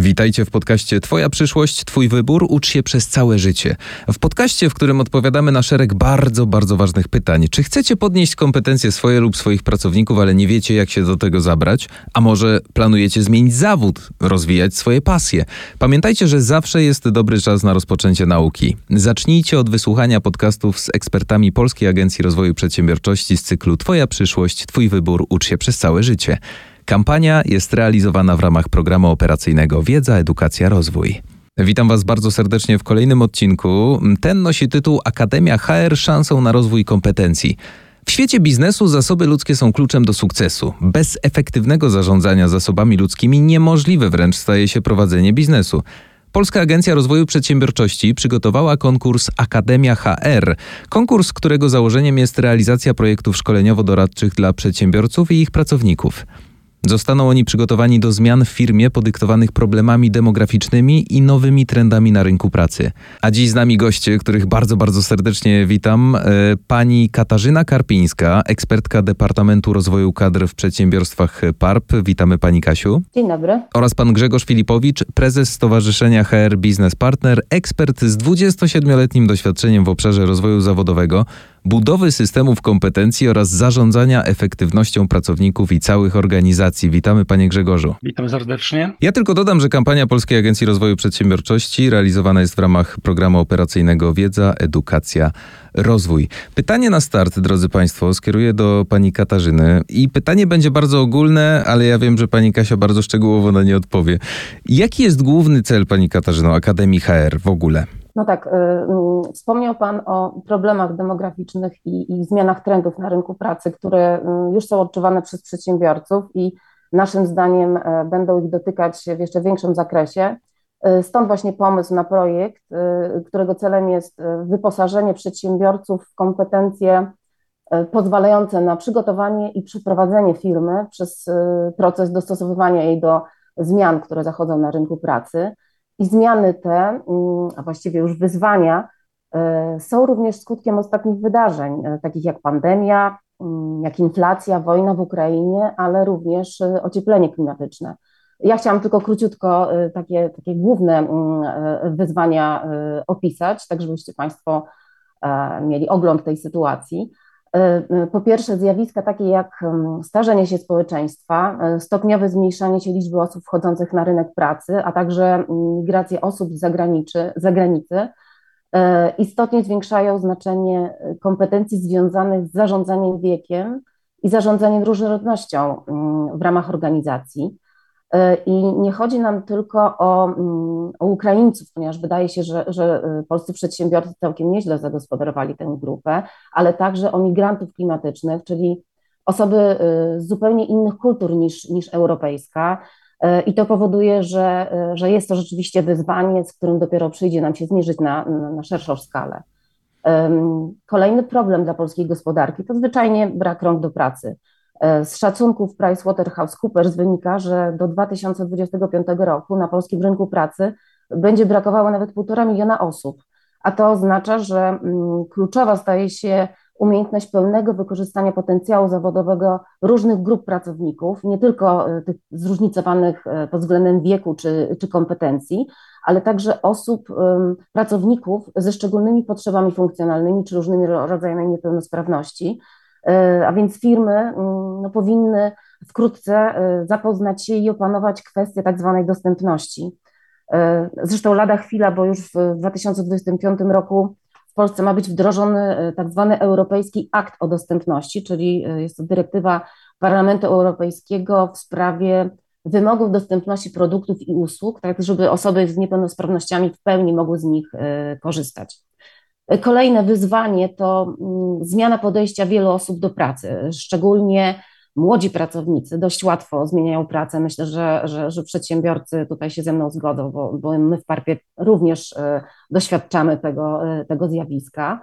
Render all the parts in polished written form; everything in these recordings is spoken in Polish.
Witajcie w podcaście Twoja przyszłość, Twój wybór, ucz się przez całe życie. W podcaście, w którym odpowiadamy na szereg bardzo ważnych pytań. Czy chcecie podnieść kompetencje swoje lub swoich pracowników, ale nie wiecie, jak się do tego zabrać? A może planujecie zmienić zawód, rozwijać swoje pasje? Pamiętajcie, że zawsze jest dobry czas na rozpoczęcie nauki. Zacznijcie od wysłuchania podcastów z ekspertami Polskiej Agencji Rozwoju Przedsiębiorczości z cyklu Twoja przyszłość, Twój wybór, ucz się przez całe życie. Kampania jest realizowana w ramach programu operacyjnego Wiedza, Edukacja, Rozwój. Witam Was bardzo serdecznie w kolejnym odcinku. Ten nosi tytuł Akademia HR szansą na rozwój kompetencji. W świecie biznesu zasoby ludzkie są kluczem do sukcesu. Bez efektywnego zarządzania zasobami ludzkimi niemożliwe wręcz staje się prowadzenie biznesu. Polska Agencja Rozwoju Przedsiębiorczości przygotowała konkurs Akademia HR. Konkurs, którego założeniem jest realizacja projektów szkoleniowo-doradczych dla przedsiębiorców i ich pracowników. Zostaną oni przygotowani do zmian w firmie podyktowanych problemami demograficznymi i nowymi trendami na rynku pracy. A dziś z nami goście, których bardzo serdecznie witam. Pani Katarzyna Karpińska, ekspertka Departamentu Rozwoju Kadr w Przedsiębiorstwach PARP. Witamy Pani Kasiu. Dzień dobry. Oraz Pan Grzegorz Filipowicz, prezes Stowarzyszenia HR Business Partner, ekspert z 27-letnim doświadczeniem w obszarze rozwoju zawodowego, budowy systemów kompetencji oraz zarządzania efektywnością pracowników i całych organizacji. Witamy Panie Grzegorzu. Witam serdecznie. Ja tylko dodam, że kampania Polskiej Agencji Rozwoju Przedsiębiorczości realizowana jest w ramach programu operacyjnego Wiedza, Edukacja, Rozwój. Pytanie na start, drodzy Państwo, skieruję do Pani Katarzyny i pytanie będzie bardzo ogólne, ale ja wiem, że Pani Kasia bardzo szczegółowo na nie odpowie. Jaki jest główny cel, Pani Katarzyno, Akademii HR w ogóle? No tak, wspomniał Pan o problemach demograficznych i zmianach trendów na rynku pracy, które już są odczuwane przez przedsiębiorców i naszym zdaniem będą ich dotykać w jeszcze większym zakresie. Stąd właśnie pomysł na projekt, którego celem jest wyposażenie przedsiębiorców w kompetencje pozwalające na przygotowanie i przeprowadzenie firmy przez proces dostosowywania jej do zmian, które zachodzą na rynku pracy. I zmiany te, a właściwie już wyzwania, są również skutkiem ostatnich wydarzeń, takich jak pandemia, jak inflacja, wojna w Ukrainie, ale również ocieplenie klimatyczne. Ja chciałam tylko króciutko takie główne wyzwania opisać, tak żebyście Państwo mieli ogląd tej sytuacji. Po pierwsze, zjawiska takie jak starzenie się społeczeństwa, stopniowe zmniejszanie się liczby osób wchodzących na rynek pracy, a także migracje osób z zagranicy istotnie zwiększają znaczenie kompetencji związanych z zarządzaniem wiekiem i zarządzaniem różnorodnością w ramach organizacji. I nie chodzi nam tylko o Ukraińców, ponieważ wydaje się, że polscy przedsiębiorcy całkiem nieźle zagospodarowali tę grupę, ale także o migrantów klimatycznych, czyli osoby z zupełnie innych kultur niż europejska. I to powoduje, że jest to rzeczywiście wyzwanie, z którym dopiero przyjdzie nam się zmierzyć na szerszą skalę. Kolejny problem dla polskiej gospodarki to zwyczajnie brak rąk do pracy. Z szacunków PricewaterhouseCoopers wynika, że do 2025 roku na polskim rynku pracy będzie brakowało nawet 1,5 miliona osób, a to oznacza, że kluczowa staje się umiejętność pełnego wykorzystania potencjału zawodowego różnych grup pracowników, nie tylko tych zróżnicowanych pod względem wieku czy kompetencji, ale także osób, pracowników ze szczególnymi potrzebami funkcjonalnymi czy różnymi rodzajami niepełnosprawności. A więc firmy powinny wkrótce zapoznać się i opanować kwestię tak zwanej dostępności. Zresztą lada chwila, bo już w 2025 roku w Polsce ma być wdrożony tak zwany Europejski Akt o Dostępności, czyli jest to dyrektywa Parlamentu Europejskiego w sprawie wymogów dostępności produktów i usług, tak żeby osoby z niepełnosprawnościami w pełni mogły z nich korzystać. Kolejne wyzwanie to zmiana podejścia wielu osób do pracy, szczególnie młodzi pracownicy dość łatwo zmieniają pracę. Myślę, że przedsiębiorcy tutaj się ze mną zgodzą, bo my w PARP-ie również doświadczamy tego zjawiska.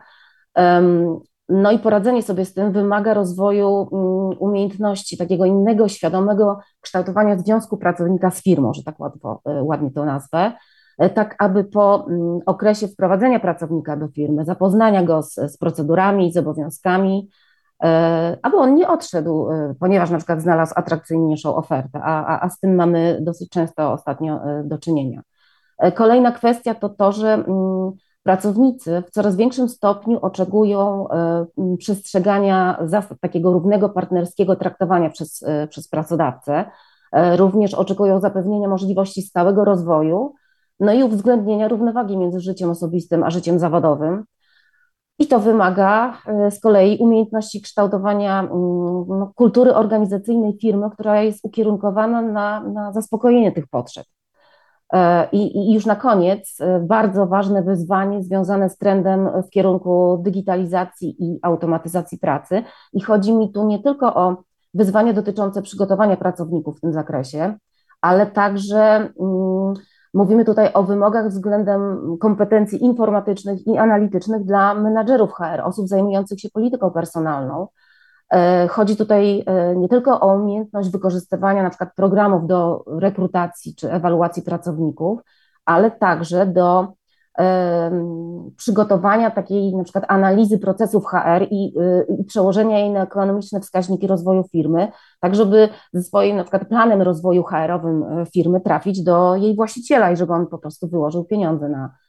No i poradzenie sobie z tym wymaga rozwoju umiejętności takiego innego, świadomego kształtowania związku pracownika z firmą, że tak ładnie to nazwę, tak aby po okresie wprowadzenia pracownika do firmy, zapoznania go z procedurami, z obowiązkami, aby on nie odszedł, ponieważ na przykład znalazł atrakcyjniejszą ofertę, a z tym mamy dosyć często ostatnio do czynienia. Kolejna kwestia to to, że pracownicy w coraz większym stopniu oczekują przestrzegania zasad takiego równego partnerskiego traktowania przez pracodawcę. Również oczekują zapewnienia możliwości stałego rozwoju, no i uwzględnienia równowagi między życiem osobistym a życiem zawodowym. I to wymaga z kolei umiejętności kształtowania kultury organizacyjnej firmy, która jest ukierunkowana na zaspokojenie tych potrzeb. I już na koniec bardzo ważne wyzwanie związane z trendem w kierunku digitalizacji i automatyzacji pracy. I chodzi mi tu nie tylko o wyzwania dotyczące przygotowania pracowników w tym zakresie, ale także mówimy tutaj o wymogach względem kompetencji informatycznych i analitycznych dla menadżerów HR, osób zajmujących się polityką personalną. Chodzi tutaj nie tylko o umiejętność wykorzystywania na przykład programów do rekrutacji czy ewaluacji pracowników, ale także do przygotowania takiej na przykład analizy procesów HR i przełożenia jej na ekonomiczne wskaźniki rozwoju firmy, tak żeby ze swoim na przykład planem rozwoju HR-owym firmy trafić do jej właściciela i żeby on po prostu wyłożył pieniądze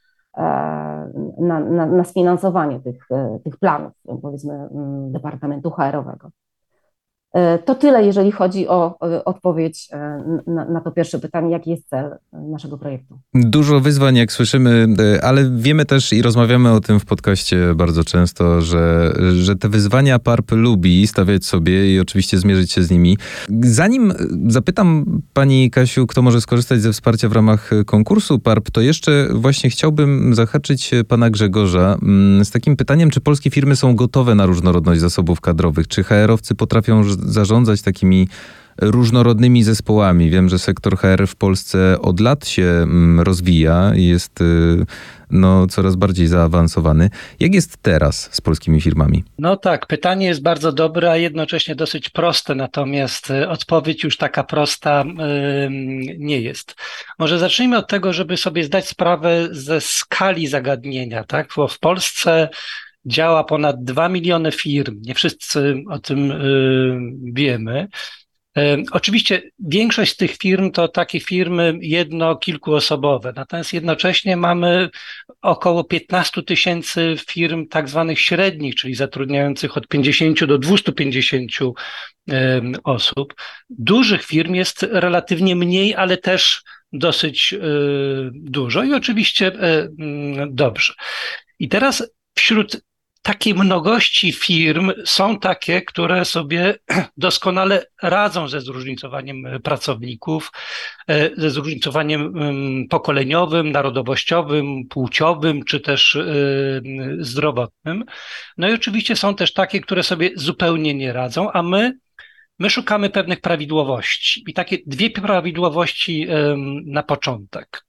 na sfinansowanie tych planów, powiedzmy, Departamentu HR-owego. To tyle, jeżeli chodzi o odpowiedź na to pierwsze pytanie, jaki jest cel naszego projektu. Dużo wyzwań, jak słyszymy, ale wiemy też i rozmawiamy o tym w podcaście bardzo często, że te wyzwania PARP lubi stawiać sobie i oczywiście zmierzyć się z nimi. Zanim zapytam pani Kasiu, kto może skorzystać ze wsparcia w ramach konkursu PARP, to jeszcze właśnie chciałbym zahaczyć pana Grzegorza z takim pytaniem, czy polskie firmy są gotowe na różnorodność zasobów kadrowych? Czy HR-owcy potrafią zarządzać takimi różnorodnymi zespołami? Wiem, że sektor HR w Polsce od lat się rozwija i jest coraz bardziej zaawansowany. Jak jest teraz z polskimi firmami? No tak, pytanie jest bardzo dobre, a jednocześnie dosyć proste, natomiast odpowiedź już taka prosta nie jest. Może zacznijmy od tego, żeby sobie zdać sprawę ze skali zagadnienia, tak? Bo w Polsce działa ponad 2 miliony firm, nie wszyscy o tym wiemy. Oczywiście większość z tych firm to takie firmy kilkuosobowe, natomiast jednocześnie mamy około 15 000 firm tak zwanych średnich, czyli zatrudniających od 50 do 250 osób. Dużych firm jest relatywnie mniej, ale też dosyć dużo i oczywiście dobrze. I teraz wśród takiej mnogości firm są takie, które sobie doskonale radzą ze zróżnicowaniem pracowników, ze zróżnicowaniem pokoleniowym, narodowościowym, płciowym czy też zdrowotnym. No i oczywiście są też takie, które sobie zupełnie nie radzą, a my szukamy pewnych prawidłowości. I takie dwie prawidłowości na początek.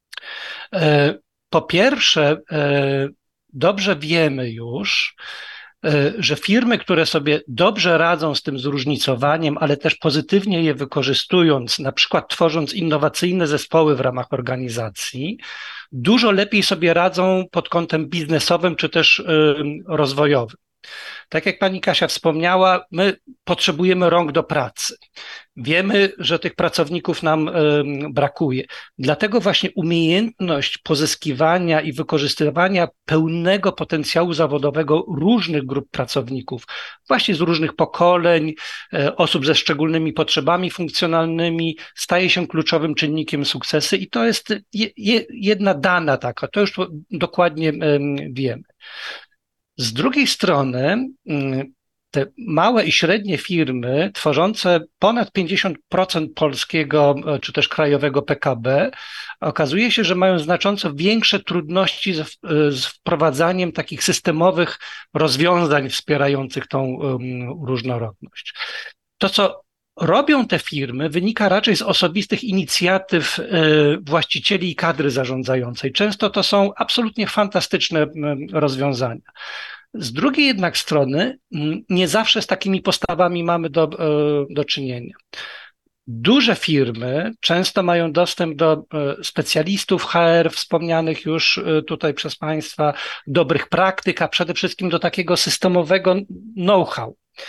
Po pierwsze, dobrze wiemy już, że firmy, które sobie dobrze radzą z tym zróżnicowaniem, ale też pozytywnie je wykorzystując, na przykład tworząc innowacyjne zespoły w ramach organizacji, dużo lepiej sobie radzą pod kątem biznesowym czy też rozwojowym. Tak jak pani Kasia wspomniała, my potrzebujemy rąk do pracy. Wiemy, że tych pracowników nam brakuje. Dlatego właśnie umiejętność pozyskiwania i wykorzystywania pełnego potencjału zawodowego różnych grup pracowników, właśnie z różnych pokoleń, osób ze szczególnymi potrzebami funkcjonalnymi, staje się kluczowym czynnikiem sukcesu i to jest jedna dana taka, to już dokładnie wiemy. Z drugiej strony te małe i średnie firmy tworzące ponad 50% polskiego czy też krajowego PKB okazuje się, że mają znacząco większe trudności z wprowadzaniem takich systemowych rozwiązań wspierających tą różnorodność. To, co robią te firmy, wynika raczej z osobistych inicjatyw właścicieli i kadry zarządzającej. Często to są absolutnie fantastyczne rozwiązania. Z drugiej jednak strony nie zawsze z takimi postawami mamy do czynienia. Duże firmy często mają dostęp do specjalistów HR, wspomnianych już tutaj przez państwa, dobrych praktyk, a przede wszystkim do takiego systemowego know-how.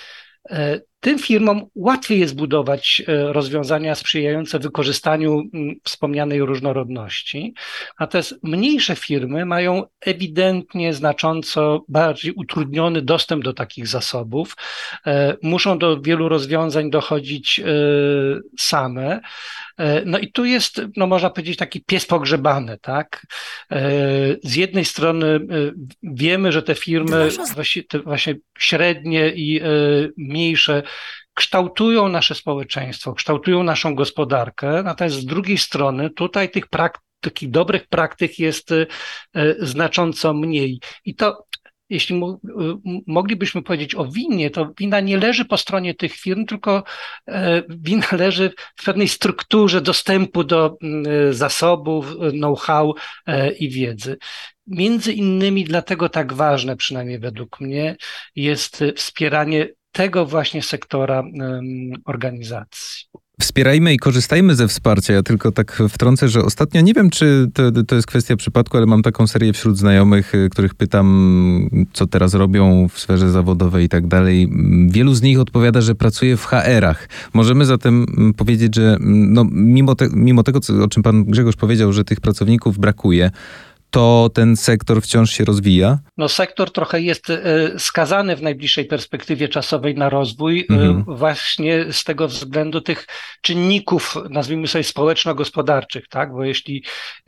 Tym firmom łatwiej jest budować rozwiązania sprzyjające wykorzystaniu wspomnianej różnorodności, natomiast mniejsze firmy mają ewidentnie znacząco bardziej utrudniony dostęp do takich zasobów, muszą do wielu rozwiązań dochodzić same. No i tu jest, no można powiedzieć, taki pies pogrzebany, tak? Z jednej strony wiemy, że te firmy właśnie średnie i mniejsze kształtują nasze społeczeństwo, kształtują naszą gospodarkę, natomiast z drugiej strony tutaj takich dobrych praktyk jest znacząco mniej. I to jeśli moglibyśmy powiedzieć o winie, to wina nie leży po stronie tych firm, tylko wina leży w pewnej strukturze dostępu do zasobów, know-how i wiedzy. Między innymi dlatego tak ważne, przynajmniej według mnie, jest wspieranie tego właśnie sektora organizacji. Wspierajmy i korzystajmy ze wsparcia. Ja tylko tak wtrącę, że ostatnio, nie wiem, czy to jest kwestia przypadku, ale mam taką serię wśród znajomych, których pytam, co teraz robią w sferze zawodowej i tak dalej. Wielu z nich odpowiada, że pracuje w HR-ach. Możemy zatem powiedzieć, że no, mimo tego, o czym pan Grzegorz powiedział, że tych pracowników brakuje, to ten sektor wciąż się rozwija? No sektor trochę jest skazany w najbliższej perspektywie czasowej na rozwój właśnie z tego względu tych czynników, nazwijmy sobie społeczno-gospodarczych, tak? Bo jeśli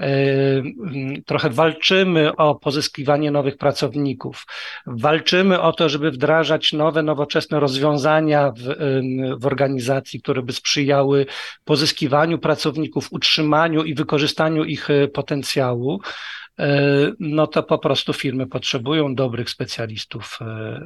trochę walczymy o pozyskiwanie nowych pracowników, walczymy o to, żeby wdrażać nowe, nowoczesne rozwiązania w organizacji, które by sprzyjały pozyskiwaniu pracowników, utrzymaniu i wykorzystaniu ich potencjału, no to po prostu firmy potrzebują dobrych specjalistów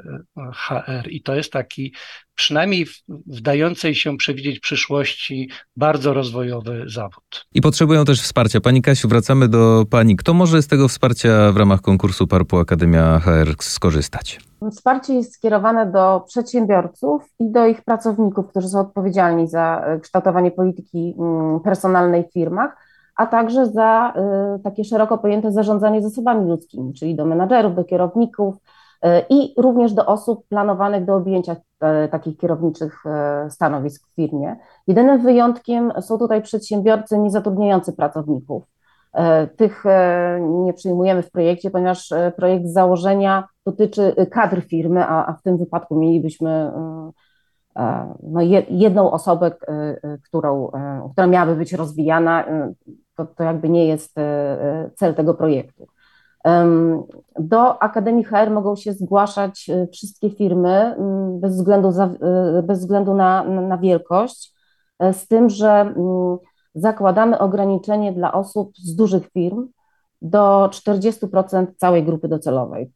HR i to jest taki przynajmniej w dającej się przewidzieć przyszłości bardzo rozwojowy zawód. I potrzebują też wsparcia. Pani Kasiu, wracamy do pani. Kto może z tego wsparcia w ramach konkursu PARPU Akademia HR skorzystać? Wsparcie jest skierowane do przedsiębiorców i do ich pracowników, którzy są odpowiedzialni za kształtowanie polityki personalnej w firmach, a także za takie szeroko pojęte zarządzanie zasobami ludzkimi, czyli do menadżerów, do kierowników i również do osób planowanych do objęcia takich kierowniczych stanowisk w firmie. Jedynym wyjątkiem są tutaj przedsiębiorcy niezatrudniający pracowników. Tych nie przyjmujemy w projekcie, ponieważ projekt z założenia dotyczy kadr firmy, a w tym wypadku mielibyśmy no, jedną osobę, która miałaby być rozwijana. To jakby nie jest cel tego projektu. Do Akademii HR mogą się zgłaszać wszystkie firmy bez względu na wielkość, z tym, że zakładamy ograniczenie dla osób z dużych firm do 40% całej grupy docelowej.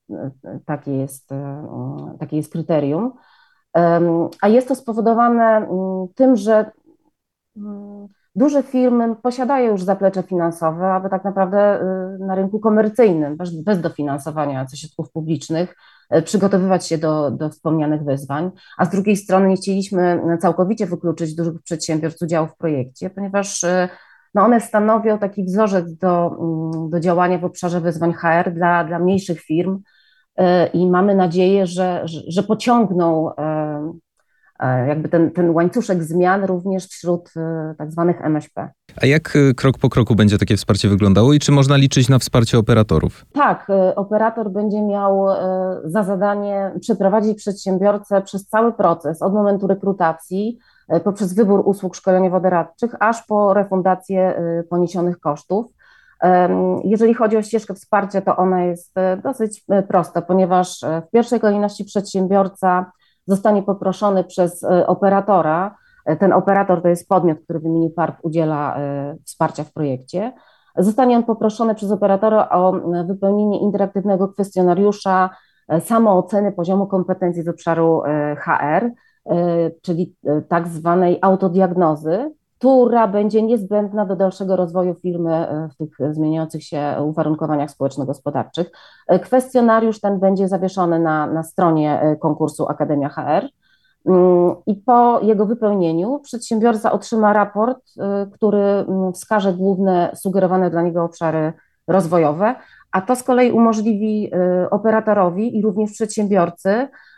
Takie jest kryterium. A jest to spowodowane tym, że duże firmy posiadają już zaplecze finansowe, aby tak naprawdę na rynku komercyjnym, bez dofinansowania ze środków publicznych, przygotowywać się do wspomnianych wyzwań, a z drugiej strony nie chcieliśmy całkowicie wykluczyć dużych przedsiębiorstw z udziału w projekcie, ponieważ no one stanowią taki wzorzec do działania w obszarze wyzwań HR dla mniejszych firm i mamy nadzieję, że pociągną jakby ten łańcuszek zmian również wśród tak zwanych MŚP. A jak krok po kroku będzie takie wsparcie wyglądało i czy można liczyć na wsparcie operatorów? Tak, operator będzie miał za zadanie przeprowadzić przedsiębiorcę przez cały proces, od momentu rekrutacji, poprzez wybór usług szkoleniowo-doradczych, aż po refundację poniesionych kosztów. Jeżeli chodzi o ścieżkę wsparcia, to ona jest dosyć prosta, ponieważ w pierwszej kolejności przedsiębiorca zostanie poproszony przez operatora. Ten operator to jest podmiot, który w imieniu PARP udziela wsparcia w projekcie. Zostanie on poproszony przez operatora o wypełnienie interaktywnego kwestionariusza samooceny poziomu kompetencji z obszaru HR, czyli tak zwanej autodiagnozy, która będzie niezbędna do dalszego rozwoju firmy w tych zmieniających się uwarunkowaniach społeczno-gospodarczych. Kwestionariusz ten będzie zawieszony na stronie konkursu Akademia HR i po jego wypełnieniu przedsiębiorca otrzyma raport, który wskaże główne sugerowane dla niego obszary rozwojowe, a to z kolei umożliwi operatorowi i również przedsiębiorcy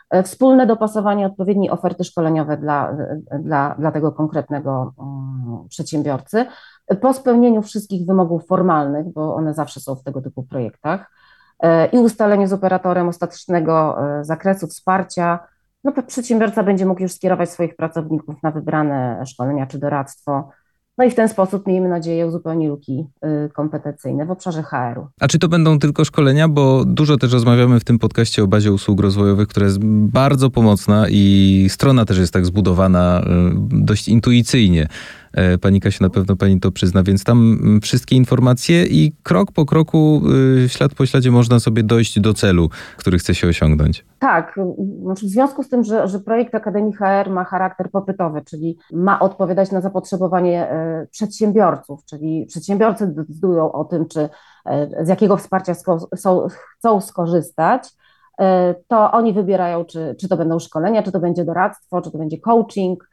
wspólne dopasowanie odpowiedniej oferty szkoleniowej dla tego konkretnego przedsiębiorcy, po spełnieniu wszystkich wymogów formalnych, bo one zawsze są w tego typu projektach, i ustaleniu z operatorem ostatecznego zakresu wsparcia, no to przedsiębiorca będzie mógł już skierować swoich pracowników na wybrane szkolenia czy doradztwo. No i w ten sposób, miejmy nadzieję, uzupełni luki kompetencyjne w obszarze HR-u. A czy to będą tylko szkolenia? Bo dużo też rozmawiamy w tym podcaście o bazie usług rozwojowych, która jest bardzo pomocna i strona też jest tak zbudowana dość intuicyjnie. Pani Kasiu, na pewno pani to przyzna, więc tam wszystkie informacje i krok po kroku, ślad po śladzie można sobie dojść do celu, który chce się osiągnąć. Tak, znaczy w związku z tym, że projekt Akademii HR ma charakter popytowy, czyli ma odpowiadać na zapotrzebowanie przedsiębiorców, czyli przedsiębiorcy decydują o tym, czy z jakiego wsparcia chcą skorzystać, to oni wybierają, czy to będą szkolenia, czy to będzie doradztwo, czy to będzie coaching.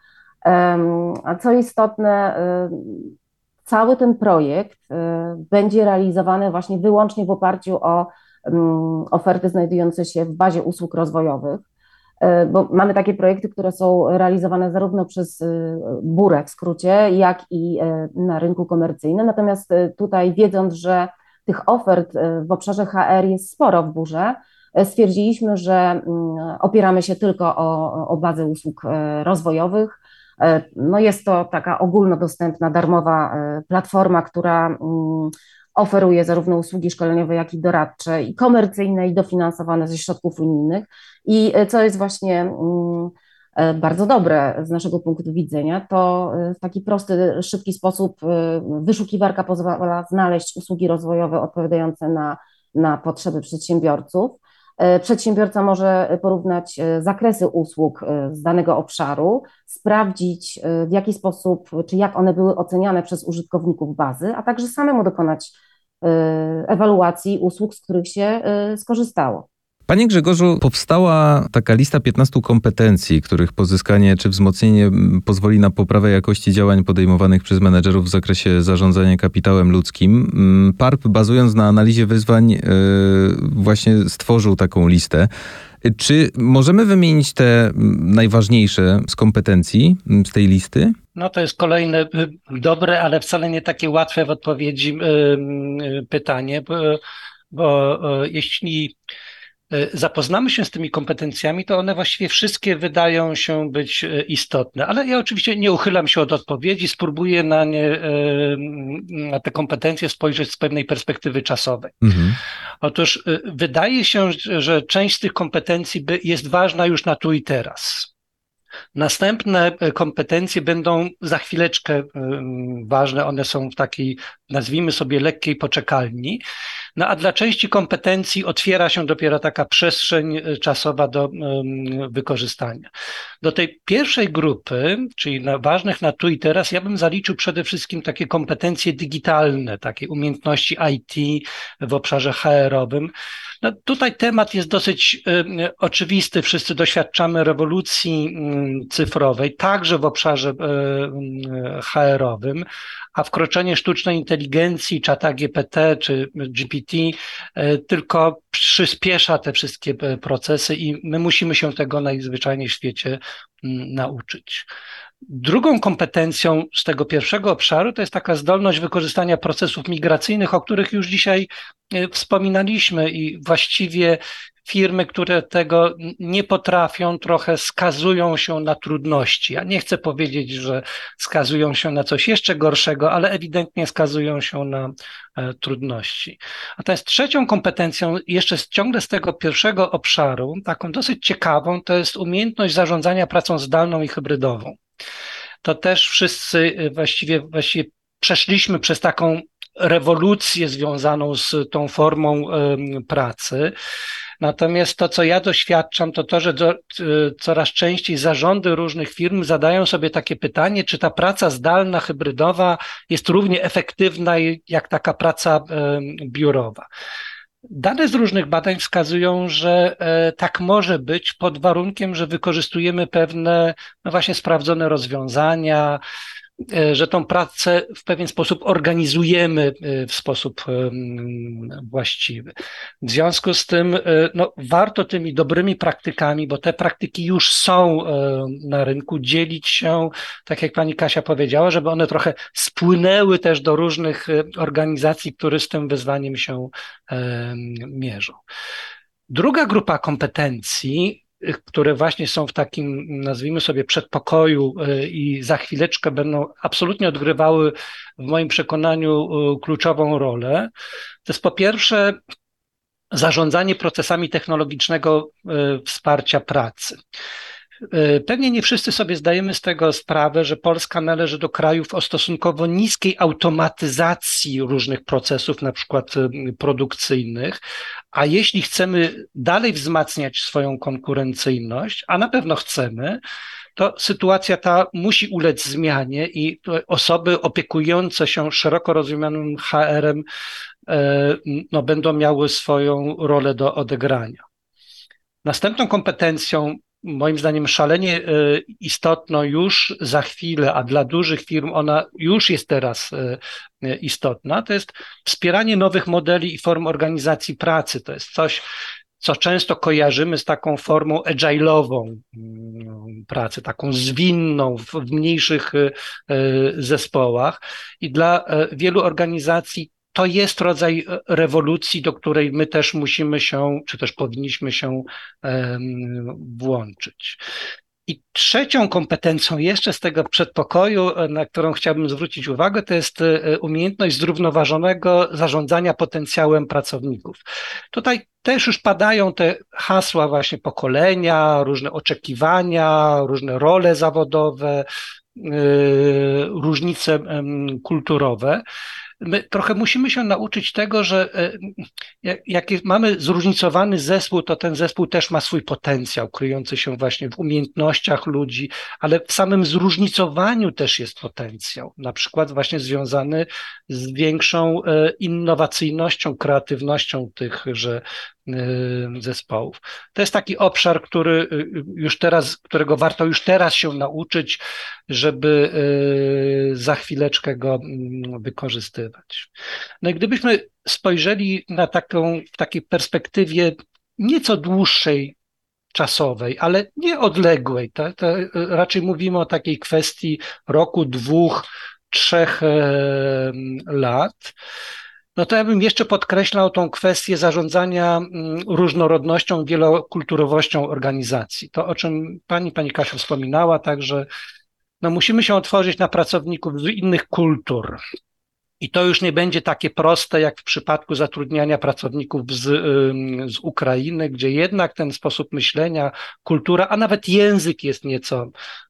A co istotne, cały ten projekt będzie realizowany właśnie wyłącznie w oparciu o oferty znajdujące się w bazie usług rozwojowych, bo mamy takie projekty, które są realizowane zarówno przez BURę w skrócie, jak i na rynku komercyjnym. Natomiast tutaj, wiedząc, że tych ofert w obszarze HR jest sporo w BURze, stwierdziliśmy, że opieramy się tylko o bazę usług rozwojowych. No jest to taka ogólnodostępna, darmowa platforma, która oferuje zarówno usługi szkoleniowe, jak i doradcze, i komercyjne, i dofinansowane ze środków unijnych. I co jest właśnie bardzo dobre z naszego punktu widzenia, to w taki prosty, szybki sposób wyszukiwarka pozwala znaleźć usługi rozwojowe odpowiadające na potrzeby przedsiębiorców. Przedsiębiorca może porównać zakresy usług z danego obszaru, sprawdzić w jaki sposób, czy jak one były oceniane przez użytkowników bazy, a także samemu dokonać ewaluacji usług, z których się skorzystało. Panie Grzegorzu, powstała taka lista 15 kompetencji, których pozyskanie czy wzmocnienie pozwoli na poprawę jakości działań podejmowanych przez menedżerów w zakresie zarządzania kapitałem ludzkim. PARP, bazując na analizie wyzwań, właśnie stworzył taką listę. Czy możemy wymienić te najważniejsze z kompetencji z tej listy? No to jest kolejne dobre, ale wcale nie takie łatwe w odpowiedzi pytanie, bo jeśli zapoznamy się z tymi kompetencjami, to one właściwie wszystkie wydają się być istotne, ale ja oczywiście nie uchylam się od odpowiedzi, spróbuję na te kompetencje spojrzeć z pewnej perspektywy czasowej. Otóż wydaje się, że część z tych kompetencji jest ważna już na tu i teraz. Następne kompetencje będą za chwileczkę ważne, one są w takiej, nazwijmy sobie, lekkiej poczekalni. No a dla części kompetencji otwiera się dopiero taka przestrzeń czasowa do wykorzystania. Do tej pierwszej grupy, czyli ważnych na tu i teraz, ja bym zaliczył przede wszystkim takie kompetencje digitalne, takie umiejętności IT w obszarze HR-owym. No tutaj temat jest dosyć oczywisty. Wszyscy doświadczamy rewolucji cyfrowej, także w obszarze HR-owym, a wkroczenie sztucznej inteligencji, czata GPT czy GPT tylko przyspiesza te wszystkie procesy i my musimy się tego najzwyczajniej w świecie nauczyć. Drugą kompetencją z tego pierwszego obszaru to jest taka zdolność wykorzystania procesów migracyjnych, o których już dzisiaj wspominaliśmy i właściwie firmy, które tego nie potrafią, trochę skazują się na trudności. Ja nie chcę powiedzieć, że skazują się na coś jeszcze gorszego, ale ewidentnie skazują się na trudności. Natomiast trzecią kompetencją, jeszcze ciągle z tego pierwszego obszaru, taką dosyć ciekawą, to jest umiejętność zarządzania pracą zdalną i hybrydową. To też wszyscy właściwie przeszliśmy przez taką rewolucję związaną z tą formą pracy. Natomiast to, co ja doświadczam, to, że coraz częściej zarządy różnych firm zadają sobie takie pytanie, czy ta praca zdalna, hybrydowa jest równie efektywna jak taka praca biurowa. Dane z różnych badań wskazują, że tak może być pod warunkiem, że wykorzystujemy pewne, no właśnie sprawdzone rozwiązania, że tą pracę w pewien sposób organizujemy w sposób właściwy. W związku z tym no, warto tymi dobrymi praktykami, bo te praktyki już są na rynku, dzielić się, tak jak pani Kasia powiedziała, żeby one trochę spłynęły też do różnych organizacji, które z tym wyzwaniem się mierzą. Druga grupa kompetencji, które właśnie są w takim, nazwijmy sobie, przedpokoju i za chwileczkę będą absolutnie odgrywały w moim przekonaniu kluczową rolę, to jest po pierwsze zarządzanie procesami technologicznego wsparcia pracy. Pewnie nie wszyscy sobie zdajemy z tego sprawę, że Polska należy do krajów o stosunkowo niskiej automatyzacji różnych procesów, na przykład produkcyjnych, a jeśli chcemy dalej wzmacniać swoją konkurencyjność, a na pewno chcemy, to sytuacja ta musi ulec zmianie i osoby opiekujące się szeroko rozumianym HR-em no, będą miały swoją rolę do odegrania. Następną kompetencją, moim zdaniem szalenie istotną już za chwilę, a dla dużych firm ona już jest teraz istotna, to jest wspieranie nowych modeli i form organizacji pracy. To jest coś, co często kojarzymy z taką formą agile'ową pracy, taką zwinną w mniejszych zespołach i dla wielu organizacji to jest rodzaj rewolucji, do której my też musimy się, czy też powinniśmy się włączyć. I trzecią kompetencją jeszcze z tego przedpokoju, na którą chciałbym zwrócić uwagę, to jest umiejętność zrównoważonego zarządzania potencjałem pracowników. Tutaj też już padają te hasła właśnie pokolenia, różne oczekiwania, różne role zawodowe, różnice kulturowe. My trochę musimy się nauczyć tego, że jak mamy zróżnicowany zespół, to ten zespół też ma swój potencjał kryjący się właśnie w umiejętnościach ludzi, ale w samym zróżnicowaniu też jest potencjał, na przykład właśnie związany z większą innowacyjnością, kreatywnością tychże zespołów. To jest taki obszar, którego warto już teraz się nauczyć, żeby za chwileczkę go wykorzystywać. No i gdybyśmy spojrzeli na w takiej perspektywie nieco dłuższej, czasowej, ale nie odległej, to raczej mówimy o takiej kwestii roku, 2, 3 lat, no to ja bym jeszcze podkreślał tą kwestię zarządzania różnorodnością, wielokulturowością organizacji. To, o czym pani Kasia wspominała, także no musimy się otworzyć na pracowników z innych kultur. I to już nie będzie takie proste, jak w przypadku zatrudniania pracowników z Ukrainy, gdzie jednak ten sposób myślenia, kultura, a nawet język jest nieco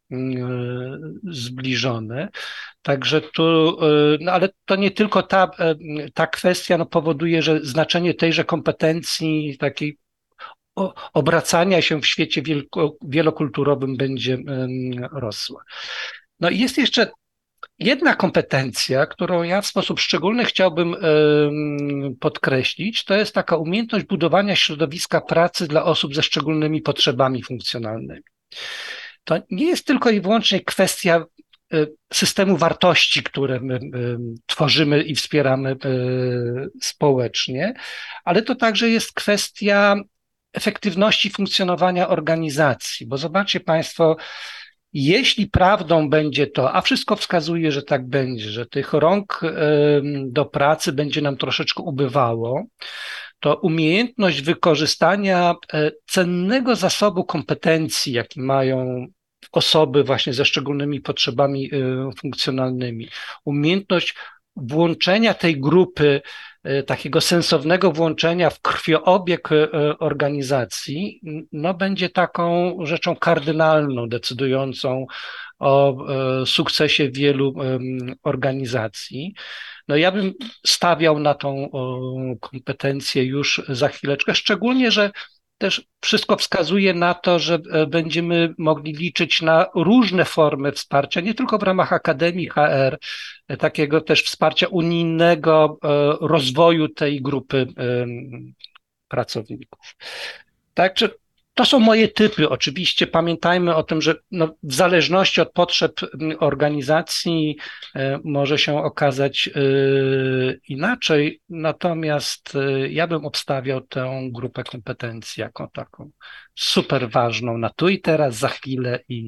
zbliżony. Także tu, no ale to nie tylko ta kwestia no powoduje, że znaczenie tejże kompetencji, takiej obracania się w świecie wielokulturowym będzie rosła. No i jest jeszcze jedna kompetencja, którą ja w sposób szczególny chciałbym podkreślić, to jest taka umiejętność budowania środowiska pracy dla osób ze szczególnymi potrzebami funkcjonalnymi. To nie jest tylko i wyłącznie kwestia systemu wartości, które my tworzymy i wspieramy społecznie, ale to także jest kwestia efektywności funkcjonowania organizacji, bo zobaczcie Państwo, jeśli prawdą będzie to, a wszystko wskazuje, że tak będzie, że tych rąk do pracy będzie nam troszeczkę ubywało, to umiejętność wykorzystania cennego zasobu kompetencji, jaki mają osoby właśnie ze szczególnymi potrzebami funkcjonalnymi, umiejętność włączenia tej grupy, takiego sensownego włączenia w krwiobieg organizacji, no będzie taką rzeczą kardynalną, decydującą o sukcesie wielu organizacji. No ja bym stawiał na tą kompetencję już za chwileczkę, szczególnie, że też wszystko wskazuje na to, że będziemy mogli liczyć na różne formy wsparcia, nie tylko w ramach Akademii HR, takiego też wsparcia unijnego rozwoju tej grupy pracowników. Także To są moje typy. Oczywiście pamiętajmy o tym, że w zależności od potrzeb organizacji może się okazać inaczej, natomiast ja bym obstawiał tę grupę kompetencji jako taką super ważną na tu i teraz, za chwilę i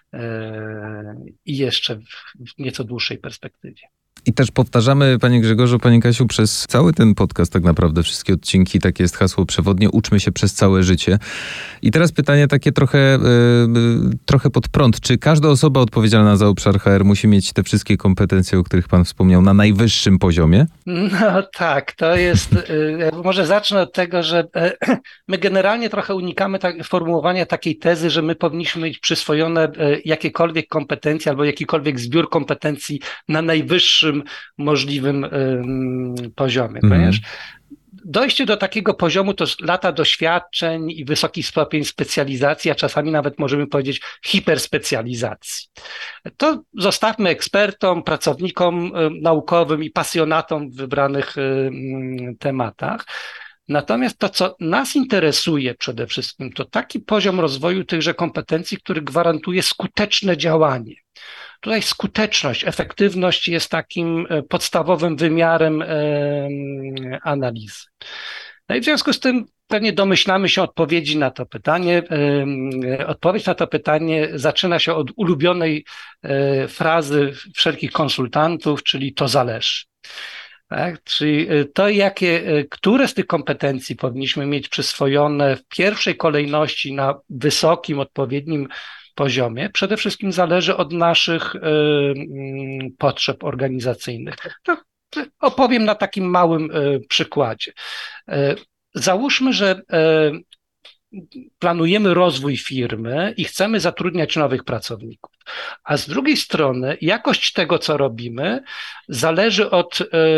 jeszcze w nieco dłuższej perspektywie. I też powtarzamy, panie Grzegorzu, panie Kasiu, przez cały ten podcast tak naprawdę, wszystkie odcinki, takie jest hasło przewodnie, uczmy się przez całe życie. I teraz pytanie takie trochę pod prąd. Czy każda osoba odpowiedzialna za obszar HR musi mieć te wszystkie kompetencje, o których pan wspomniał, na najwyższym poziomie? No tak, to jest, może zacznę od tego, że my generalnie trochę unikamy formułowania takiej tezy, że my powinniśmy mieć przyswojone jakiekolwiek kompetencje albo jakikolwiek zbiór kompetencji na najwyższym możliwym poziomie, ponieważ dojście do takiego poziomu to lata doświadczeń i wysoki stopień specjalizacji, a czasami nawet możemy powiedzieć hiperspecjalizacji. To zostawmy ekspertom, pracownikom naukowym i pasjonatom w wybranych tematach. Natomiast to, co nas interesuje przede wszystkim, to taki poziom rozwoju tychże kompetencji, który gwarantuje skuteczne działanie. Tutaj skuteczność, efektywność jest takim podstawowym wymiarem analizy. No i w związku z tym pewnie domyślamy się odpowiedzi na to pytanie. Odpowiedź na to pytanie zaczyna się od ulubionej frazy wszelkich konsultantów, czyli to zależy. Tak? Czyli to, które z tych kompetencji powinniśmy mieć przyswojone w pierwszej kolejności na wysokim, odpowiednim poziomie, przede wszystkim zależy od naszych potrzeb organizacyjnych. To opowiem na takim małym przykładzie. Załóżmy, że planujemy rozwój firmy i chcemy zatrudniać nowych pracowników, a z drugiej strony jakość tego, co robimy, zależy od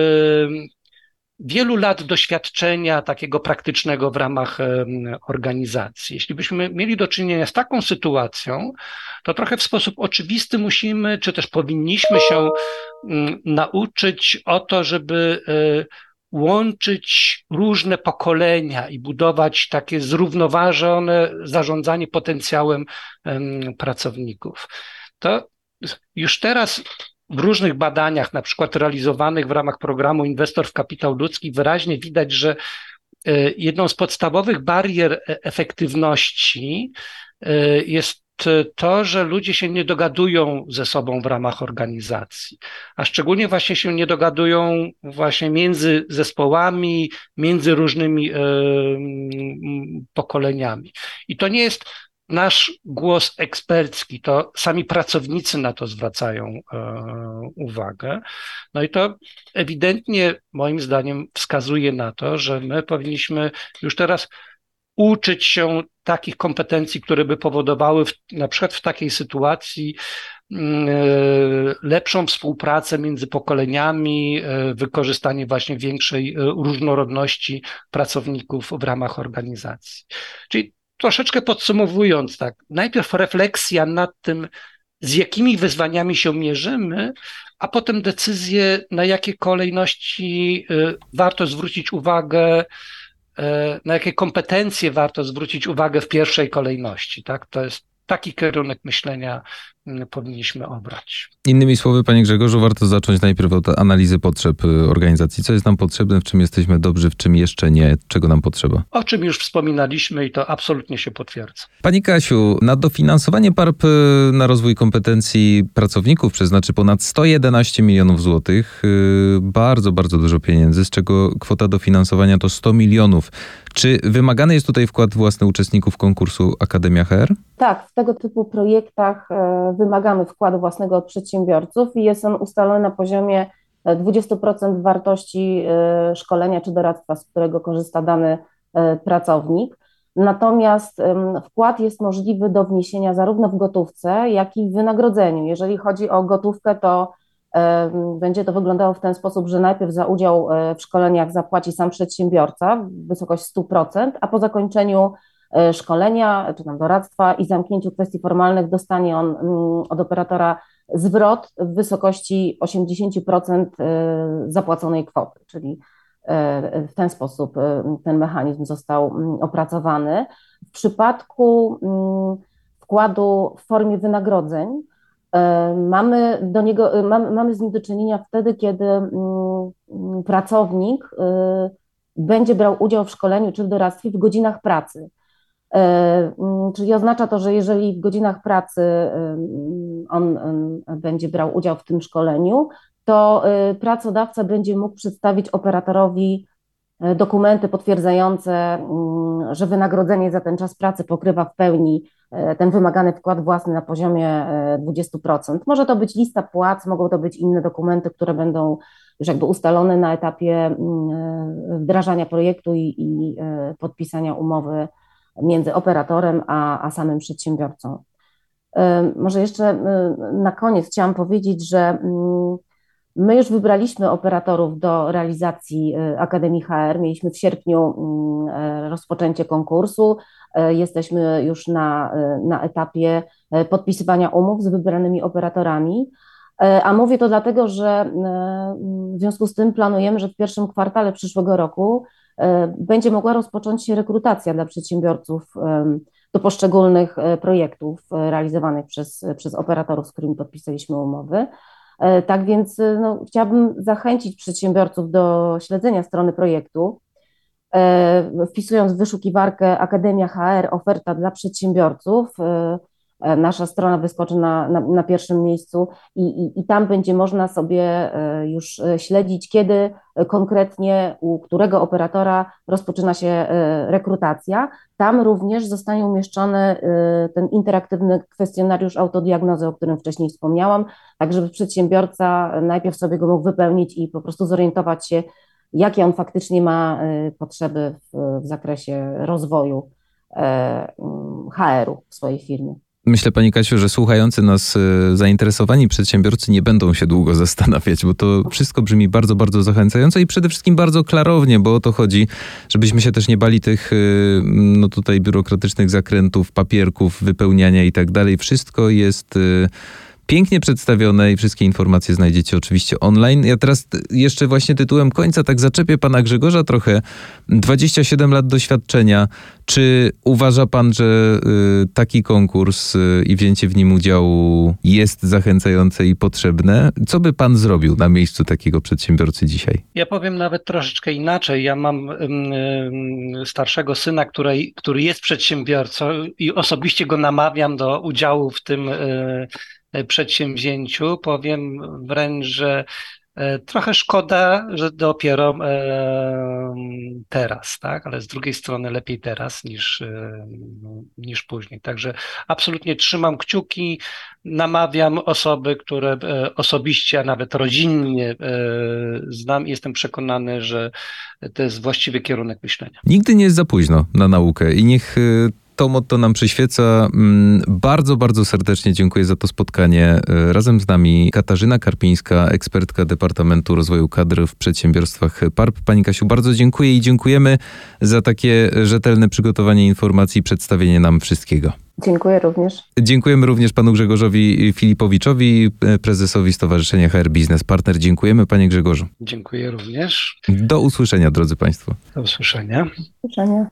wielu lat doświadczenia takiego praktycznego w ramach organizacji. Jeśli byśmy mieli do czynienia z taką sytuacją, to trochę w sposób oczywisty musimy, czy też powinniśmy się nauczyć o to, żeby łączyć różne pokolenia i budować takie zrównoważone zarządzanie potencjałem pracowników. To już teraz w różnych badaniach, na przykład realizowanych w ramach programu Inwestor w Kapitał Ludzki, wyraźnie widać, że jedną z podstawowych barier efektywności jest to, że ludzie się nie dogadują ze sobą w ramach organizacji, a szczególnie właśnie się nie dogadują właśnie między zespołami, między różnymi pokoleniami. I to nie jest nasz głos ekspercki, to sami pracownicy na to zwracają uwagę. No i to ewidentnie moim zdaniem wskazuje na to, że my powinniśmy już teraz uczyć się takich kompetencji, które by powodowały na przykład w takiej sytuacji lepszą współpracę między pokoleniami, wykorzystanie właśnie większej różnorodności pracowników w ramach organizacji. Czyli troszeczkę podsumowując, tak, najpierw refleksja nad tym, z jakimi wyzwaniami się mierzymy, a potem decyzje, na jakie kolejności warto zwrócić uwagę, na jakie kompetencje warto zwrócić uwagę w pierwszej kolejności. Tak? To jest taki kierunek myślenia powinniśmy obrać. Innymi słowy, panie Grzegorzu, warto zacząć najpierw od analizy potrzeb organizacji. Co jest nam potrzebne, w czym jesteśmy dobrzy, w czym jeszcze nie, czego nam potrzeba? O czym już wspominaliśmy i to absolutnie się potwierdza. Pani Kasiu, na dofinansowanie PARP na rozwój kompetencji pracowników przeznaczy ponad 111 milionów złotych. Bardzo, bardzo dużo pieniędzy, z czego kwota dofinansowania to 100 milionów. Czy wymagany jest tutaj wkład własny uczestników konkursu Akademia HR? Tak, w tego typu projektach wymagamy wkładu własnego od przedsiębiorców i jest on ustalony na poziomie 20% wartości szkolenia czy doradztwa, z którego korzysta dany pracownik. Natomiast wkład jest możliwy do wniesienia zarówno w gotówce, jak i w wynagrodzeniu. Jeżeli chodzi o gotówkę, to będzie to wyglądało w ten sposób, że najpierw za udział w szkoleniach zapłaci sam przedsiębiorca, wysokość 100%, a po zakończeniu szkolenia czy tam doradztwa i zamknięciu kwestii formalnych dostanie on od operatora zwrot w wysokości 80% zapłaconej kwoty, czyli w ten sposób ten mechanizm został opracowany. W przypadku wkładu w formie wynagrodzeń mamy z nim do czynienia wtedy, kiedy pracownik będzie brał udział w szkoleniu czy w doradztwie w godzinach pracy. Czyli oznacza to, że jeżeli w godzinach pracy on będzie brał udział w tym szkoleniu, to pracodawca będzie mógł przedstawić operatorowi dokumenty potwierdzające, że wynagrodzenie za ten czas pracy pokrywa w pełni ten wymagany wkład własny na poziomie 20%. Może to być lista płac, mogą to być inne dokumenty, które będą już jakby ustalone na etapie wdrażania projektu i podpisania umowy między operatorem a samym przedsiębiorcą. Może jeszcze na koniec chciałam powiedzieć, że my już wybraliśmy operatorów do realizacji Akademii HR. Mieliśmy w sierpniu rozpoczęcie konkursu. Jesteśmy już na etapie podpisywania umów z wybranymi operatorami. A mówię to dlatego, że w związku z tym planujemy, że w pierwszym kwartale przyszłego roku będzie mogła rozpocząć się rekrutacja dla przedsiębiorców do poszczególnych projektów realizowanych przez operatorów, z którymi podpisaliśmy umowy. Tak więc chciałabym zachęcić przedsiębiorców do śledzenia strony projektu, wpisując w wyszukiwarkę Akademia HR, oferta dla przedsiębiorców. Nasza strona wyskoczy na pierwszym miejscu i tam będzie można sobie już śledzić, kiedy konkretnie u którego operatora rozpoczyna się rekrutacja. Tam również zostanie umieszczony ten interaktywny kwestionariusz autodiagnozy, o którym wcześniej wspomniałam, tak żeby przedsiębiorca najpierw sobie go mógł wypełnić i po prostu zorientować się, jakie on faktycznie ma potrzeby w zakresie rozwoju HR-u w swojej firmie. Myślę, Pani Kasiu, że słuchający nas zainteresowani przedsiębiorcy nie będą się długo zastanawiać, bo to wszystko brzmi bardzo, bardzo zachęcająco i przede wszystkim bardzo klarownie, bo o to chodzi, żebyśmy się też nie bali tych tutaj biurokratycznych zakrętów, papierków, wypełniania i tak dalej. Wszystko jest pięknie przedstawione i wszystkie informacje znajdziecie oczywiście online. Ja teraz jeszcze właśnie tytułem końca tak zaczepię pana Grzegorza trochę. 27 lat doświadczenia. Czy uważa pan, że taki konkurs i wzięcie w nim udziału jest zachęcające i potrzebne? Co by pan zrobił na miejscu takiego przedsiębiorcy dzisiaj? Ja powiem nawet troszeczkę inaczej. Ja mam starszego syna, który jest przedsiębiorcą i osobiście go namawiam do udziału w tym przedsięwzięciu. Powiem wręcz, że trochę szkoda, że dopiero teraz, tak? Ale z drugiej strony lepiej teraz niż później. Także absolutnie trzymam kciuki, namawiam osoby, które osobiście, a nawet rodzinnie znam i jestem przekonany, że to jest właściwy kierunek myślenia. Nigdy nie jest za późno na naukę i niech to motto nam przyświeca. Bardzo, bardzo serdecznie dziękuję za to spotkanie. Razem z nami Katarzyna Karpińska, ekspertka Departamentu Rozwoju Kadr w Przedsiębiorstwach PARP. Pani Kasiu, bardzo dziękuję i dziękujemy za takie rzetelne przygotowanie informacji i przedstawienie nam wszystkiego. Dziękuję również. Dziękujemy również panu Grzegorzowi Filipowiczowi, prezesowi Stowarzyszenia HR Business Partner. Dziękujemy, panie Grzegorzu. Dziękuję również. Do usłyszenia, drodzy państwo. Do usłyszenia. Do usłyszenia.